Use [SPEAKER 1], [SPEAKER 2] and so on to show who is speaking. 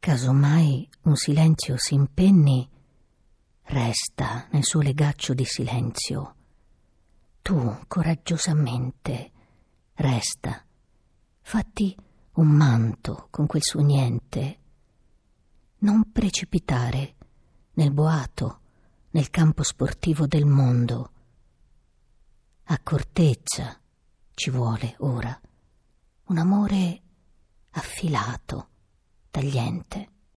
[SPEAKER 1] Casomai un silenzio s'impenni, resta nel suo legaccio di silenzio. Tu coraggiosamente resta, fatti un manto con quel suo niente. Non precipitare nel boato, nel campo sportivo del mondo. Accortezza ci vuole ora, un amore affilato, tagliente.